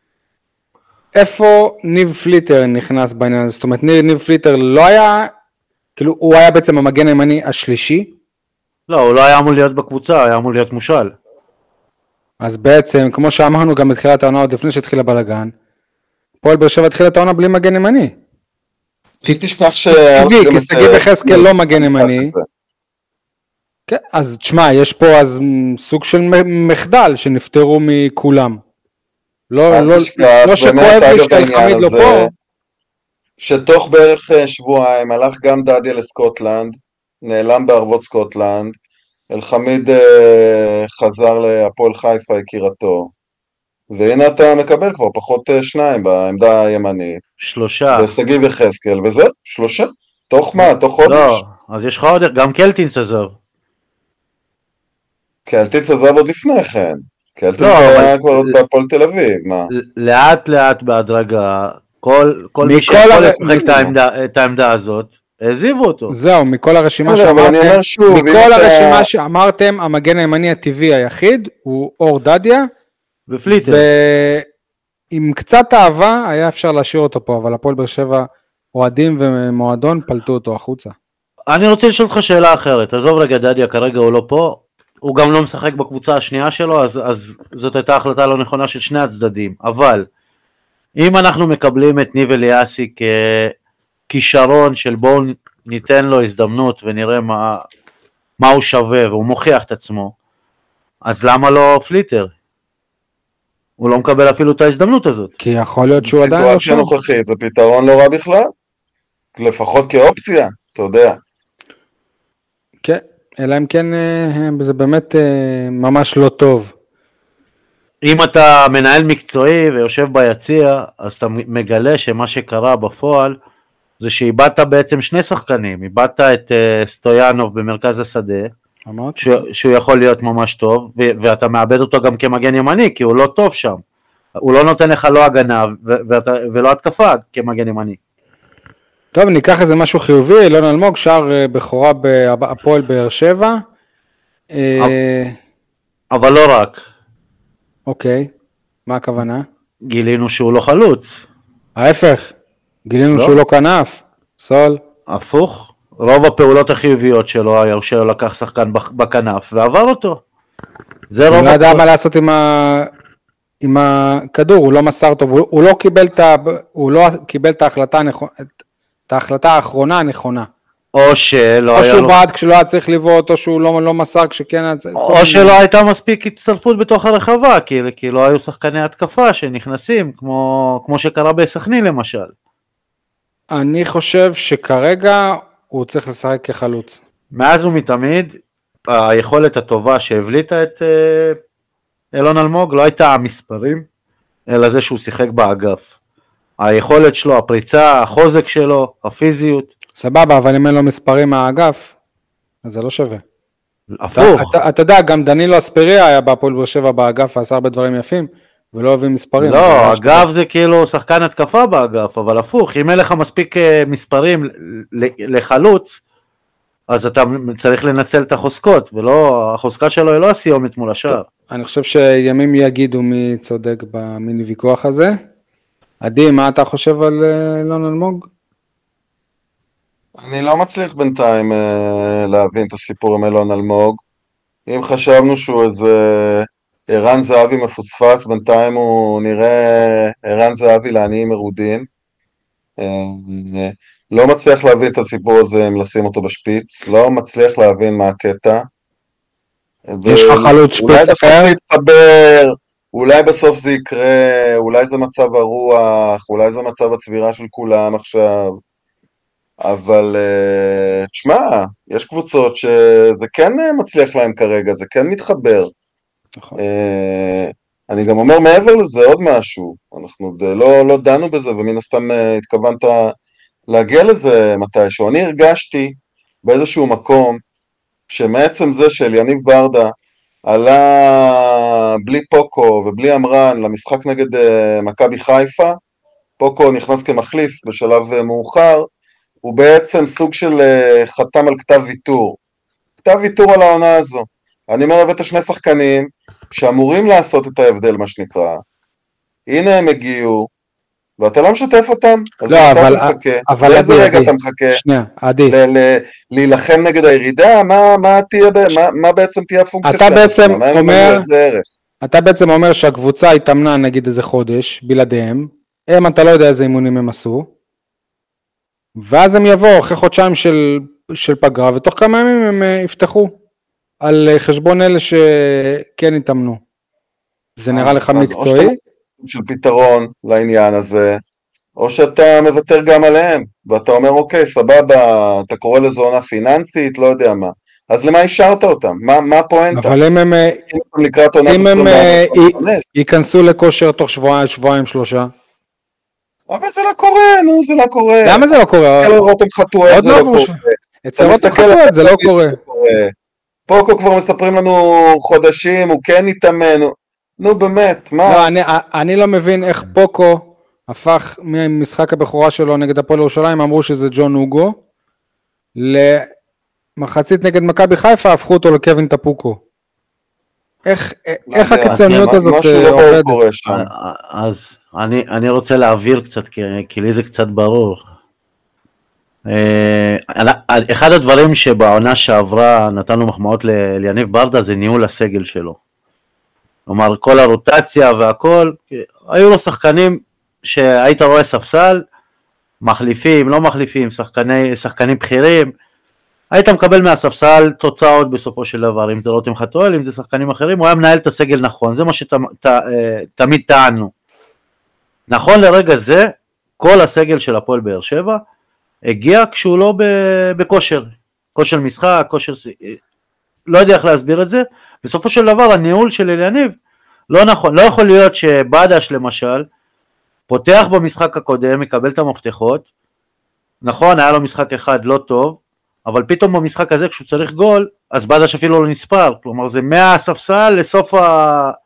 A: איפה ניב פליטר נכנס בעניין הזה? זאת אומרת, ניב פליטר לא היה, כאילו הוא היה בעצם המגן הימני השלישי?
B: לא, הוא לא היה אמור להיות בקבוצה, היה אמור להיות מושל.
A: אז בעצם, כמו שאמרנו גם בתחילת העונה עוד לפני שהתחיל הבלגן, הפועל באר שבע התחיל את העונה בלי מגן ימני.
C: תשכח
A: כי שגיב יחזקאל לא מגן ימני. כן, אז תשמע, יש פה אז סוג של מחדל שנפטרו מכולם. לא שכואב לי שאלחמיד לא פה.
C: שתוך בערך שבועיים הלך גם דדיה לסקוטלנד, נעלם בערבות סקוטלנד, אלחמיד חזר להפועל חיפה יקירתו, והנה אתה מקבל כבר פחות שניים בעמדה הימנית.
B: 3.
C: ושגיב יחזקאל, וזהו, 3. תוך מה? תוך חודש?
B: לא, אז יש לך עוד, גם קלטינס עזב.
C: קלטינס עזב עוד לפני כן. קלטינס היה כבר בהפועל תל אביב, מה?
B: לאט לאט בהדרגה, כל מי שיכול לשחק את העמדה הזאת, העזיבו אותו.
A: זהו, מכל הרשימה שאמרתם, המגן הימני הטבעי היחיד הוא אור דדיה,
B: ופליטר.
A: ועם קצת אהבה היה אפשר להשאיר אותו פה, אבל הפועל באר שבע אוהדים ומועדון פלטו אותו החוצה.
B: אני רוצה לשאול אותך שאלה אחרת, עזוב רגע דדיה, כרגע הוא לא פה, הוא גם לא משחק בקבוצה השנייה שלו, אז זאת הייתה החלטה לא נכונה של שני הצדדים, אבל אם אנחנו מקבלים את ניב אליאסי ככישרון של בואו ניתן לו הזדמנות ונראה מה הוא שווה והוא מוכיח את עצמו, אז למה לא פליטר? הוא לא מקבל אפילו את ההזדמנות הזאת.
A: כי יכול להיות שהוא עדיין
C: סיטואציה נוכחית, זה פתרון לא רע בכלל, לפחות כאופציה, אתה יודע.
A: כן, אלא אם כן זה באמת ממש לא טוב.
B: אם אתה מנהל מקצועי ויושב ביציע, אז אתה מגלה שמה שקרה בפועל, זה שאיבדת בעצם שני שחקנים, איבדת את סטויאנוב במרכז השדה, שהוא יכול להיות ממש טוב, ואתה מאבד אותו גם כמגן ימני, כי הוא לא טוב שם. הוא לא נותן לך לא הגנה ולא התקפה כמגן ימני.
A: טוב, ניקח איזה משהו חיובי, אילון אלמוג, שער בכורה בהפועל באר שבע.
B: אבל לא רק.
A: אוקיי, מה הכוונה?
B: גילינו שהוא לא חלוץ.
A: ההפך, גילינו שהוא לא כנף, סול.
B: הפוך, רוב הפעולות החיוביות שלו היו שהוא לקח שחקן בכנף ועבר אותו.
A: הוא לא ידע מה לעשות עם הכדור, הוא לא מסר טוב, הוא לא קיבל את ההחלטה האחרונה הנכונה.
B: או שהוא
A: בעד כשלא היה צריך לבעוט, או שהוא לא מסר כשכן היה צריך...
B: או שלא הייתה מספיק הצטרפות בתוך הרחבה, כי לא היו שחקני התקפה שנכנסים, כמו שקרה בסכנין למשל.
A: אני חושב שכרגע הוא צריך לשחק כחלוץ.
B: מאז ומתמיד, היכולת הטובה שהבליטה את אילון אלמוג לא הייתה המספרים, אלא זה שהוא שיחק באגף. היכולת שלו, הפריצה, החוזק שלו, הפיזיות.
A: סבבה, אבל אם אין לו מספרים מהאגף, אז זה לא שווה.
B: הפוך.
A: אתה יודע, גם דנילו אספריה היה בהפועל באר שבע באגף, ועשה הרבה דברים יפים, ולא אוהבים מספרים.
B: לא, אגף זה כאילו שחקן התקפה באגף, אבל הפוך, אם אין לך מספיק מספרים לחלוץ, אז אתה צריך לנצל את החוזקות, ולא, החוזקה שלו היא לא הסיומת מול השאר.
A: אני חושב שימים יגידו מי צודק במיני ויכוח הזה. עדי, מה אתה חושב על אילון אלמוג?
C: אני לא מצליח בינתיים להבין את הסיפור עם אילון אלמוג. אם חשבנו שהוא איזה ערן זהבי מפוספס, בינתיים הוא נראה ערן זהבי לעניים מרודים. לא מצליח להבין את הסיפור הזה אם לשים אותו בשפיץ, לא מצליח להבין מה הקטע.
A: יש לך חלוץ שפיץ אחר?
C: אולי בסוף זה יתחבר, אולי בסוף זה יקרה, אולי זה מצב הרוח, אולי זה מצב הצבירה של כולם עכשיו. אבל תשמע, יש קבוצות שזה כן מצליח להם כרגע, זה כן מתחבר.
A: נכון.
C: אני גם אומר מעבר לזה עוד משהו, אנחנו לא דנו בזה ומן הסתם התכוונת להגיע לזה מתישהו. אני הרגשתי באיזשהו מקום שמעצם זה של יניב ברדה עלה בלי פוקו ובלי אמרן למשחק נגד מכבי חיפה, פוקו נכנס כמחליף בשלב מאוחר, הוא בעצם סוג של חתם על כתב ויתור. כתב ויתור על העונה הזו. אני אומר, הבאת שני שחקנים שאמורים לעשות את ההבדל, מה שנקרא. הנה הם הגיעו, ואתה לא משתף אותם, אז
A: לא,
C: אתה מחכה. באיזה רגע אתה מחכה?
A: שנייה, עדי.
C: להילחם נגד הירידה? מה בעצם תהיה הפונקציה?
A: אתה בעצם אומר שהקבוצה התאמנה נגיד איזה חודש, בלעדיהם, אתה לא יודע איזה אימונים הם עשו, ואז הם יבואו אחרי חודשיים של פגרה, ותוך כמה ימים הם יפתחו על חשבון אלה שכן התאמנו. זה נראה לך מקצועי?
C: או של פתרון לעניין הזה, או שאתה מוותר גם עליהם, ואתה אומר אוקיי, סבבה, אתה קורא לזה עונה פיננסית, לא יודע מה. אז למה השארת אותם? מה הפואנטה?
A: אבל אם הם ייכנסו לכושר תוך שבועיים, שלושה,
C: אבל זה לא קורה, זה לא קורה.
A: למה זה לא קורה?
C: רותם חתואל זה לא קורה.
A: אצל רותם חתואל זה לא קורה.
C: פוקו כבר מספרים לנו חודשים, הוא כן התאמן. נו באמת, מה?
A: אני לא מבין איך פוקו הפך ממשחק הבכורה שלו נגד הפועל ירושלים, אמרו שזה ג'ון אוגו, למחצית נגד מכבי חיפה, הפכו אותו לקווין טפוקו. איך הקיצוניות הזאת עובדת?
B: אז אני רוצה להעביר קצת, כי לי זה קצת ברור. אחד הדברים שבעונה שעברה נתנו מחמאות ליניב ברדה, זה ניהול הסגל שלו. כלומר, כל הרוטציה והכל, היו לו שחקנים שהיית רואה ספסל, מחליפים, לא מחליפים, שחקנים בכירים, היית מקבל מהספסל תוצאות בסופו של דבר, אם זה רותם חתואל, אם זה שחקנים אחרים, הוא היה מנהל את הסגל נכון, זה מה שתמיד טענו. נכון לרגע זה, כל הסגל של הפועל באר שבע, הגיע כשהוא לא בכושר, כושר משחק, לא יודע איך להסביר את זה, בסופו של דבר הניהול של אליניב לא נכון, לא יכול להיות שבאדש למשל, פותח במשחק הקודם, מקבל את המפתחות, נכון, היה לו משחק אחד לא טוב, אבל פתאום במשחק הזה כשהוא צריך גול, אז באדש אפילו לא נספר, כלומר זה מהספסל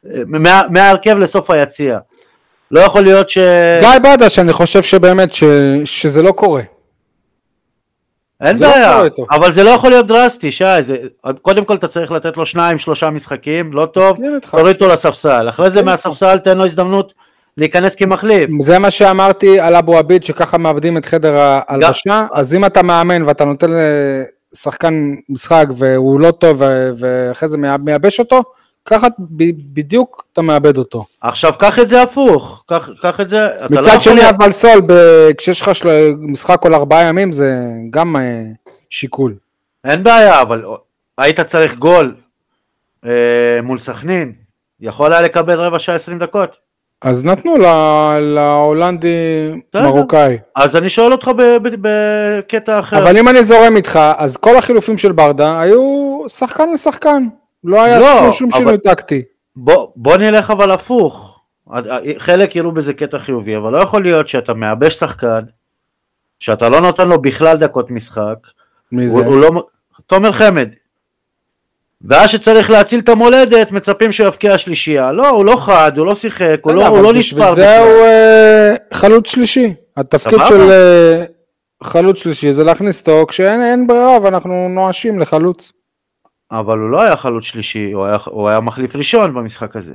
B: מההרכב לסוף היציע. לא יכול להיות
A: גיא בדש, אני חושב שבאמת שזה לא קורה.
B: אין בעיה, אבל זה לא יכול להיות דרסטי, שי, קודם כל אתה צריך לתת לו 2-3 משחקים, לא טוב, תוריד אותו לספסל, אחרי זה מהספסל תן לו הזדמנות להיכנס כמחליף.
A: זה מה שאמרתי על אבו עביד, שככה מאבדים את חדר ההלבשה, אז אם אתה מאמן ואתה נותן לשחקן משחק והוא לא טוב ואחרי זה מייבש אותו, ככה בדיוק אתה מאבד אותו.
B: עכשיו קח את זה הפוך, קח את זה.
A: מצד שני אבל סול, כשיש לך משחק כל 4 ימים זה גם שיקול.
B: אין בעיה, אבל היית צריך גול מול סכנין, יכול היה לקבל רבע שעה 20 דקות.
A: אז נתנו להולנדי מרוקאי.
B: אז אני שואל אותך בקטע אחר.
A: אבל אם אני זורם איתך, אז כל החילופים של ברדה היו שחקן לשחקן. לא היה שום שינוי טקטי.
B: בוא נלך אבל הפוך. חלק יראו בזה קטע חיובי, אבל לא יכול להיות שאתה מייבש שחקן, שאתה לא נותן לו בכלל דקות משחק.
A: מי זה?
B: תומר חמד. ואז שצריך להציל את המולדת, מצפים שהוא יפקיע שלישייה. לא, הוא לא חד, הוא לא שיחק, הוא לא נספר.
A: זהו חלוץ שלישי. התפקיד של חלוץ שלישי זה להכניס אותו כשאין ברירה ואנחנו נואשים לחלוץ.
B: אבל הוא לא היה חלוץ שלישי, הוא היה מחליף ראשון במשחק הזה.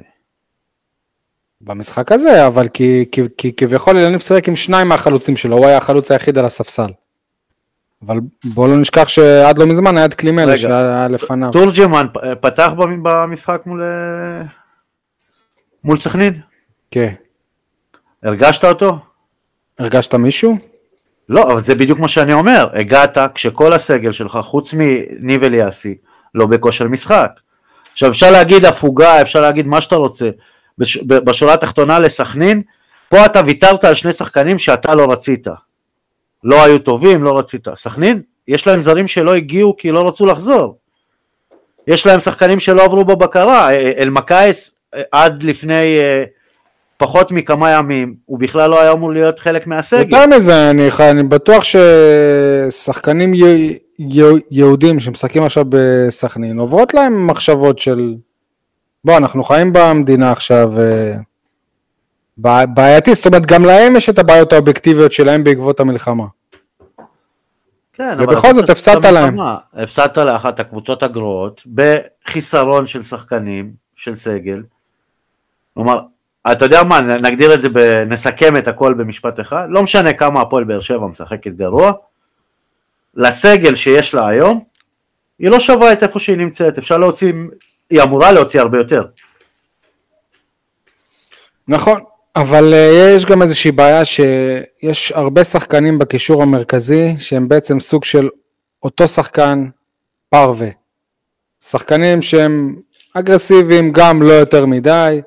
A: במשחק הזה, אבל כי כביכול ילניב שיחק עם 2 מהחלוצים שלו, הוא היה החלוץ היחיד על הספסל. אבל בואו לא נשכח שעד לא מזמן היה את קלימלה שהיה לפניו.
B: תורג'מן פתח במשחק מול סכנין?
A: כן.
B: הרגשת אותו?
A: הרגשת מישהו?
B: לא, אבל זה בדיוק מה שאני אומר. הגעת כשכל הסגל שלך, חוץ מניב אליאסי, לא בכושר משחק. עכשיו אפשר להגיד הפוגה, אפשר להגיד מה שאתה רוצה. בשורה התחתונה לסכנין, פה אתה ויתרת על 2 שחקנים שאתה לא רצית. לא היו טובים, לא רצית. סכנין, יש להם זרים שלא הגיעו כי לא רצו לחזור. יש להם שחקנים שלא עברו בבקרה. אלמקייס עד לפני פחות מכמה ימים, הוא בכלל לא היה אמור להיות חלק מהסגל.
A: יותר מזה, אני בטוח ששחקנים יהודים שמשחקים עכשיו בסכנין, עוברות להם מחשבות של, בוא, אנחנו חיים במדינה עכשיו, בעייתי, זאת אומרת, גם להם יש את הבעיות האובייקטיביות שלהם בעקבות המלחמה.
B: כן,
A: ובכל זאת הפסדת להם.
B: הפסדת לאחת הקבוצות הגרועות, בחיסרון של שחקנים, של סגל. כלומר, אתה יודע מה, נגדיר את זה, נסכם את הכל במשפט אחד, לא משנה כמה הפועל באר שבע משחקת גרוע, לסגל שיש לה היום, היא לא שווה את איפה שהיא נמצאת, אפשר להוציא, היא אמורה להוציא הרבה יותר.
A: נכון, אבל יש גם איזושהי בעיה שיש הרבה שחקנים בקישור המרכזי, שהם בעצם סוג של אותו שחקן פרווה. שחקנים שהם אגרסיביים, גם לא יותר מדי,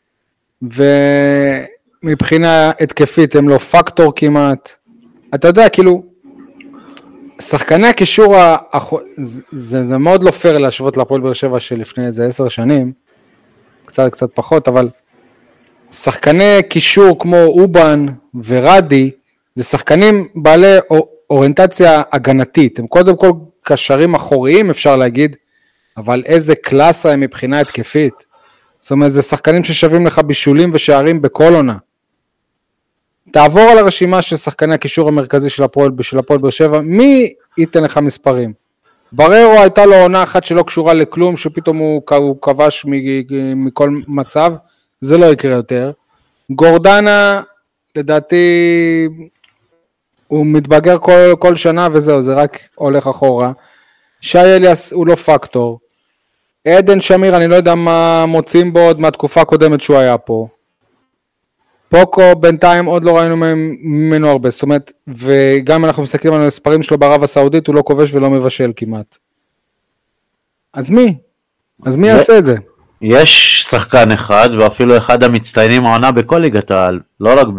A: ומבחינה התקפית הם לא פקטור כמעט. אתה יודע, כאילו, שחקני הקישור, זה מאוד לא פייר להשוות להפועל באר שבע שלפני איזה 10 שנים, קצת פחות, אבל שחקני קישור כמו אובן ורדי, זה שחקנים בעלי אוריינטציה הגנתית, הם קודם כל קשרים אחוריים אפשר להגיד, אבל איזה קלאסה הם מבחינה התקפית, זאת אומרת זה שחקנים ששווים לך בישולים ושערים בכל עונה. תעבור על הרשימה של שחקני הקישור המרכזי של הפועל באר שבע, מי ייתן לך מספרים? בררו הייתה לו עונה אחת שלא קשורה לכלום, שפתאום הוא כבש מכל מצב, זה לא יקרה יותר. גורדנה, לדעתי, הוא מתבגר כל שנה וזהו, זה רק הולך אחורה. שי אליאס הוא לא פקטור. עדן שמיר, אני לא יודע מה מוצאים בו עוד מהתקופה הקודמת שהוא היה פה. פוקו בינתיים עוד לא ראינו ממנו הרבה, זאת אומרת, וגם אנחנו מסתכלים על המספרים שלו בערב הסעודית, הוא לא כובש ולא מבשל כמעט. אז מי יעשה את זה?
B: יש שחקן אחד, ואפילו אחד המצטיינים העונה בכל ליגת העל, לא רק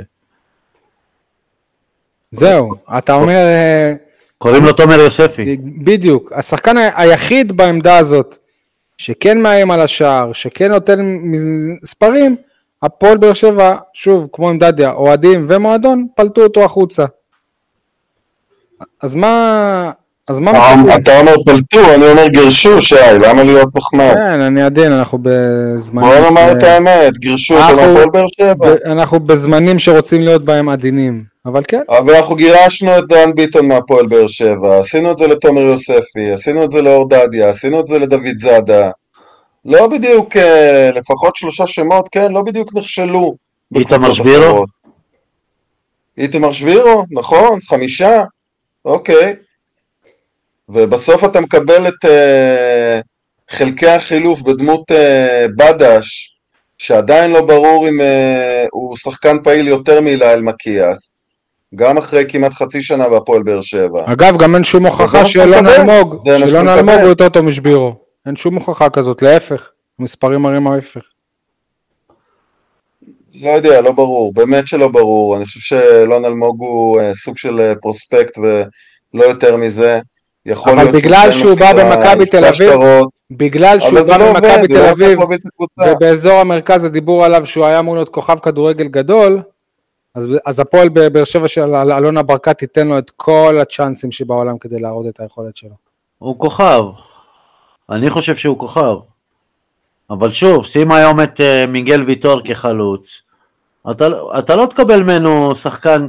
A: זהו, אתה אומר...
B: קוראים לו תומר יוספי.
A: בדיוק, השחקן היחיד בעמדה הזאת, שכן מאיים על השער, שכן נותן מספרים, הפועל באר שבע, שוב, כמו עם דדיה, אוהדים ומועדון, פלטו אותו החוצה. אז מה אז מה מצפים?
C: אתה אומר פלטו, אני אומר גירשו, שי, למה להיות נחמד?
A: כן, אני עדין, אנחנו בזמנים...
C: בוא נאמר את האמת, גירשו אותו מהפועל באר שבע.
A: אנחנו בזמנים שרוצים להיות בהם עדינים, אבל כן.
C: אבל אנחנו גירשנו את דן ביטון מהפועל באר שבע, עשינו את זה לתומר יוספי, עשינו את זה לאור דדיה, עשינו את זה לדוד זאדה. לא בדיוק, לפחות 3 שמות, כן, לא בדיוק נכשלו.
B: איתמר שבירו?
C: איתמר שבירו, נכון, 5, אוקיי. ובסוף אתה מקבל את חלקי החילוף בדמות בדש, שעדיין לא ברור אם הוא שחקן פעיל יותר מילאל מקיאס, גם אחרי כמעט חצי שנה בהפועל באר שבע.
A: אגב, גם אין שום הוכחה שאלון אלמוג הוא יותר טוב משבירו. אין שום הוכחה כזאת, להפך. המספרים מראים ההפך.
C: לא יודע, לא ברור, באמת שלא ברור. אני חושב שאלון אלמוג הוא סוג של פרוספקט ולא יותר מזה.
A: אבל בגלל שהוא בא במכבי תל אביב, בגלל שהוא בא במכבי תל אביב, ובאזור המרכז הדיבור עליו שהוא היה אמור להיות כוכב כדורגל גדול, אז הפועל באר שבע של אלונה ברקת תיתן לו את כל הצ'אנסים שבעולם כדי להראות את היכולת שלו.
B: הוא כוכב. אני חושב שהוא כוכב. אבל שוב, שים היום את מיגל ויטור כחלוץ. אתה לא תקבל ממנו שחקן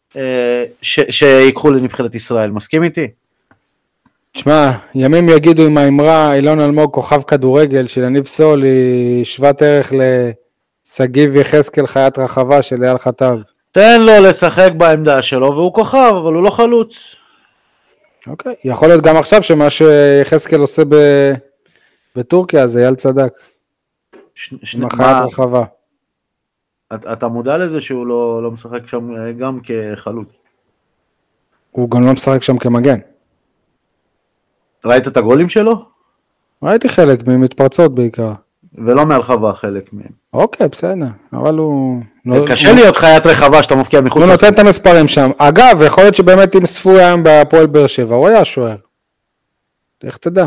B: שיקחו לנבחרת ישראל. מסכים איתי?
A: תשמע, ימים יגידו עם האמרה, אילון אלמוג כוכב כדורגל של יניב סול, היא שוות ערך לסגיב יחזקאל חיית רחבה של אייל חטב.
B: תן לו לשחק בעמדה שלו, והוא כוכב, אבל הוא לא חלוץ.
A: אוקיי, יכול להיות גם עכשיו שמה שיחזקאל עושה בטורקיה, זה אייל צדק. עם החיית רחבה.
B: אתה מודע לזה שהוא לא משחק שם גם כחלוץ?
A: הוא גם לא משחק שם כמגן.
B: ראית את הגולים שלו?
A: ראיתי חלק ממתפרצות בעיקר.
B: ולא מהרחבה חלק מהם.
A: אוקיי, בסדר, אבל הוא...
B: קשה להיות חיית רחבה שאתה מפקיע מחוץ.
A: הוא נותן את המספרים שם. אגב, יכול להיות שבאמת אם ספו היום בהפועל באר שבע, הוא היה שוער. איך תדע?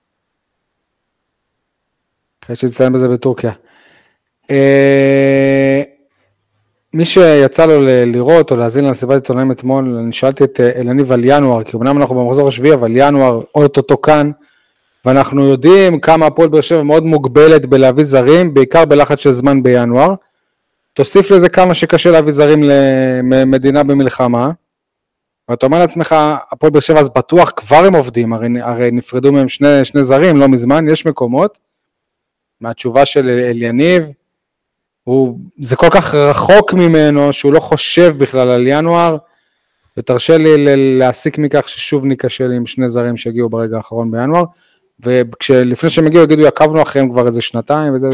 A: אחרי שתסיים בזה בטורקיה. מי שיצא לו לראות או להזין לסיבת עיתונאים אתמול, אני שאלתי את אלניב על ינואר, כי אמנם אנחנו במחזור השביעי, אבל ינואר אוטוטו כאן, ואנחנו יודעים כמה הפועל באר שבע מאוד מוגבלת בלהביא זרים, בעיקר בלחץ של זמן בינואר. תוסיף לזה כמה שקשה להביא זרים למדינה במלחמה, ואתה אומר לעצמך, הפועל באר שבע אז בטוח כבר הם עובדים, הרי נפרדו מהם שני זרים, לא מזמן, יש מקומות, מהתשובה של אליניב, זה כל כך רחוק ממנו, שהוא לא חושב בכלל על ינואר, ותרשה לי להסיק מכך ששוב ניקשה לי עם 2 זרים שהגיעו ברגע האחרון בינואר, ולפני שהם הגיעו, יגידו, עקבנו אחריהם כבר איזה 2 וזה.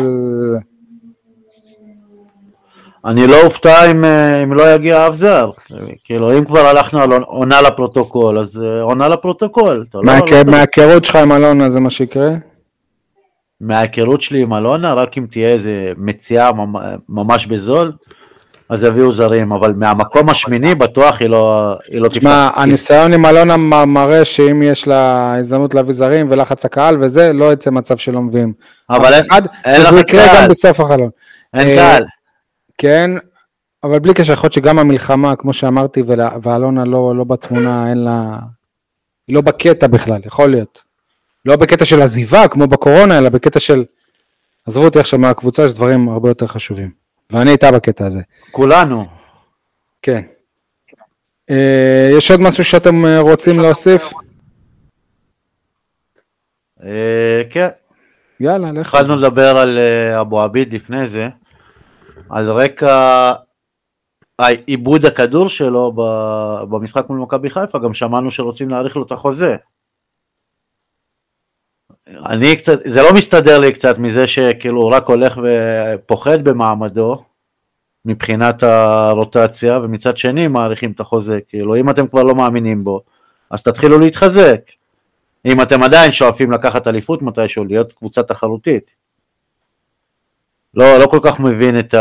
B: אני לא אופתע אם לא יגיע אף זר, כאילו אם כבר הלכנו על עונה לפרוטוקול, אז עונה לפרוטוקול.
A: מההיכרות שלך עם אלונה זה מה שיקרה?
B: מההיכרות שלי עם אלונה, רק אם תהיה איזה מציאה ממש בזול, אז יביאו זרים, אבל מהמקום השמיני בטוח היא לא תפתח.
A: תשמע, הניסיון עם אלונה מראה שאם יש לה הזדמנות להביא זרים ולחץ הקהל וזה, לא יצא מצב שלא מביאים.
B: אבל אין לך
A: קהל. זה יקרה גם בסוף החלון.
B: אין קהל.
A: כן, אבל בלי קשר, יכול להיות שגם המלחמה, כמו שאמרתי, ואלונה לא בתמונה, אין לה... היא לא בקטע בכלל, יכול להיות. לא בקטע של עזיבה, כמו בקורונה, אלא בקטע של... עזבו אותי עכשיו מהקבוצה, יש דברים הרבה יותר חשובים. ואני איתה בקטע הזה.
B: כולנו.
A: כן. יש עוד משהו שאתם רוצים להוסיף?
B: כן.
A: יאללה, לך.
B: התחלנו לדבר על אבו עביד לפני זה, על רקע עיבוד הכדור שלו במשחק מול מכבי חיפה, גם שמענו שרוצים להאריך לו את החוזה. זה לא מסתדר לי קצת מזה שכאילו הוא רק הולך ופוחד במעמדו, מבחינת הרוטציה, ומצד שני מעריכים את החוזה, כאילו אם אתם כבר לא מאמינים בו, אז תתחילו להתחזק, אם אתם עדיין שואפים לקחת אליפות מתישהו, להיות קבוצה תחרותית. לא כל כך מבין את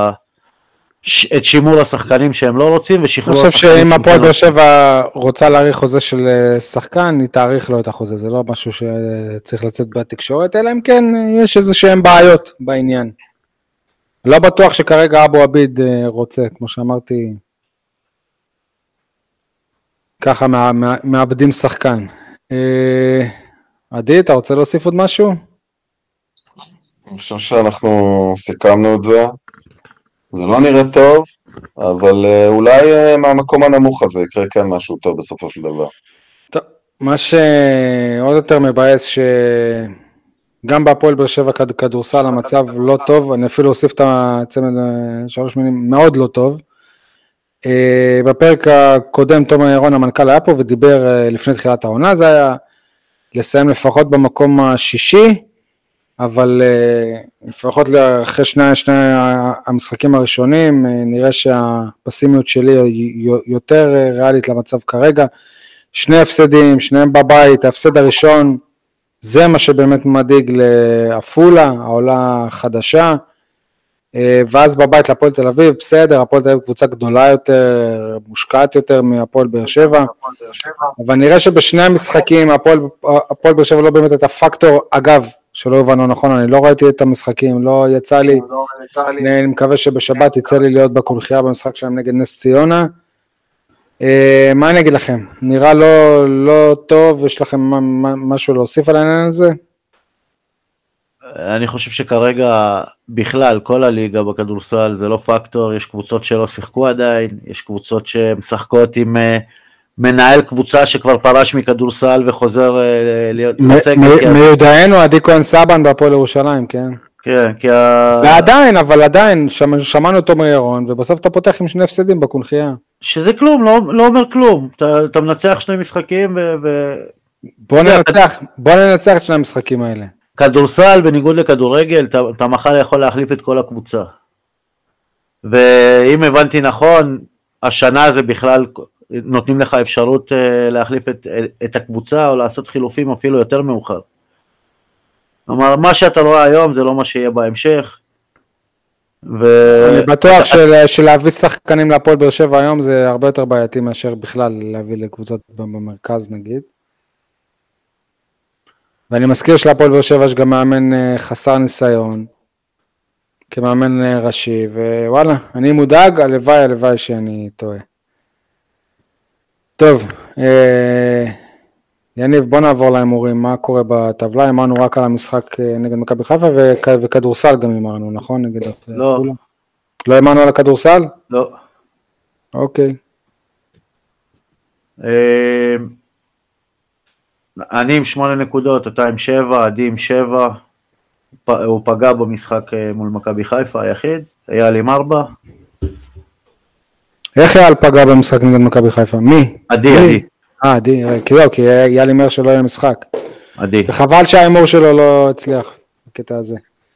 B: שימור השחקנים שהם לא רוצים, ושחרור השחקנים.
A: אני חושב שאם הפועל באר שבע רוצה להאריך חוזה של שחקן, היא תאריך לו את החוזה, זה לא משהו שצריך לצאת בתקשורת, אלא אם כן יש איזה שהם בעיות בעניין. לא בטוח שכרגע אבו עביד רוצה, כמו שאמרתי, ככה מאבדים שחקן. עדי, אתה רוצה להוסיף עוד משהו?
C: אני חושב שאנחנו סיכמנו את זה. זה לא נראה טוב, אבל אולי מהמקום הנמוך הזה יקרה כאן משהו טוב בסופו של דבר.
A: טוב, מה שעוד יותר מבאס שגם בהפועל באר שבע כדורסל המצב לא טוב, אני אפילו אוסיף את הצמד 3 מילים, מאוד לא טוב. בפרק הקודם תומר ירון המנכ"ל היה פה ודיבר לפני תחילת העונה, זה היה לסיים לפחות במקום השישי, אבל לפחות אחרי שני המשחקים הראשונים, נראה שהפסימיות שלי יותר ריאלית למצב כרגע. 2 הפסדים, שניהם בבית, ההפסד הראשון, זה מה שבאמת מדאיג לעפולה, העולה חדשה, ואז בבית להפועל תל אביב, בסדר, הפועל תל אביב קבוצה גדולה יותר, מושקעת יותר מהפועל באר שבע, אבל נראה שבשני המשחקים, הפועל באר שבע לא באמת הייתה פקטור, אגב, שלא הבנו נכון, אני לא ראיתי את המשחקים, לא יצא לי, אני מקווה שבשבת יצא לי להיות בקולחייה במשחק שלהם נגד נס ציונה. מה אני אגיד לכם? נראה לא טוב, יש לכם משהו להוסיף על העניין הזה?
B: אני חושב שכרגע בכלל כל הליגה בכדורסל זה לא פקטור, יש קבוצות שלא שיחקו עדיין, יש קבוצות שמשחקות עם מנהל קבוצה שכבר פרש מכדורסל וחוזר להיות
A: מיודענו עדי כהן סבן בהפועל ירושלים, כן?
B: כן, כי
A: ועדיין, אבל עדיין, שמענו תומר ירון, ובסוף אתה פותח עם 2 הפסדים בקונחייה.
B: שזה כלום, לא אומר כלום, אתה מנצח 2 משחקים
A: בוא ננצח את 2 המשחקים האלה.
B: כדורסל בניגוד לכדורגל, אתה מחר יכול להחליף את כל הקבוצה. ואם הבנתי נכון, השנה זה בכלל נותנים לך אפשרות להחליף את הקבוצה או לעשות חילופים אפילו יותר מאוחר. כלומר, מה שאתה רואה היום זה לא מה שיהיה בהמשך.
A: אני בטוח שלהביא שחקנים להפועל באר שבע היום זה הרבה יותר בעייתי מאשר בכלל להביא לקבוצות במרכז נגיד. ואני מזכיר שלהפועל באר שבע יש גם מאמן חסר ניסיון, כמאמן ראשי, ווואלה, אני מודאג, הלוואי שאני טועה. טוב, יניב, בוא נעבור להימורים, מה קורה בטבלה, אמרנו רק על המשחק נגד מכבי חיפה, וכדורסל גם אמרנו, נכון? נגד
B: לא.
A: עפולה? לא אמרנו על הכדורסל?
B: לא.
A: אוקיי.
B: אני עם 8 נקודות, אתה עם 7, עדי עם 7, הוא פגע במשחק מול מכבי חיפה היחיד, אייל עם 4.
A: איך אייל פגע במשחק נגד מכבי חיפה? מי?
B: עדי.
A: עדי, כי אייל אומר שלא יהיה משחק.
B: עדי.
A: וחבל שהאימור שלו לא הצליח בקטע הזה.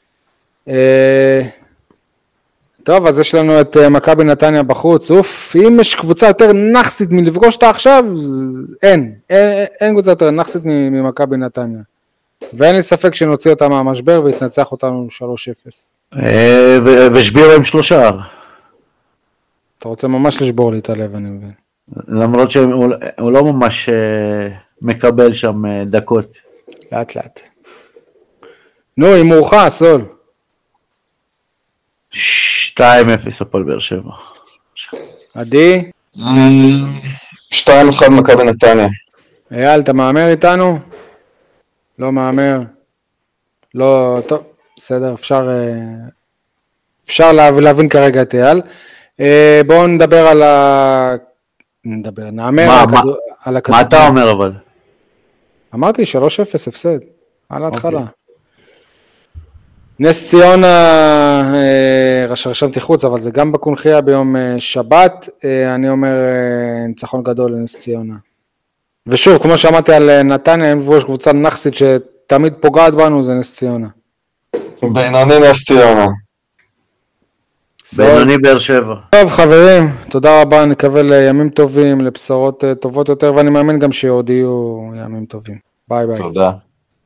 A: טוב, אז יש לנו את מכבי נתניה בחוץ, אם יש קבוצה יותר נחסית מלפגוש אותה עכשיו, אין קבוצה יותר נחסית ממכבי נתניה. ואין לי ספק שנוציא אותה מהמשבר והתנצח אותנו 3-0.
B: ושבירו עם 3.
A: אתה רוצה ממש לשבור לי את הלב, אני מבין.
B: למרות שהוא לא ממש מקבל שם דקות.
A: לאט לאט. נו, עם מורחה, סול.
B: 2-0 הפועל באר שבע.
A: עדי?
C: 2-1 מכבי נתניה.
A: אייל, אתה מאמר איתנו? לא מאמר. לא, טוב, בסדר, אפשר להבין כרגע את אייל. בואו נדבר על נאמר על הכדור.
B: מה אתה אומר אבל?
A: אמרתי 3-0 הפסד, על ההתחלה. נס ציונה, רשמתי חוץ, אבל זה גם בקונחייה ביום שבת, אני אומר ניצחון גדול לנס ציונה. ושוב, כמו שאמרתי על נתניה, אם יש קבוצה נחסית שתמיד פוגעת בנו, זה נס ציונה.
C: בינוני נס ציונה.
B: בינוני באר שבע.
A: טוב חברים, תודה רבה, נקווה לימים טובים, לבשורות טובות יותר, ואני מאמין גם שעוד יהיו ימים טובים. ביי ביי.
C: תודה.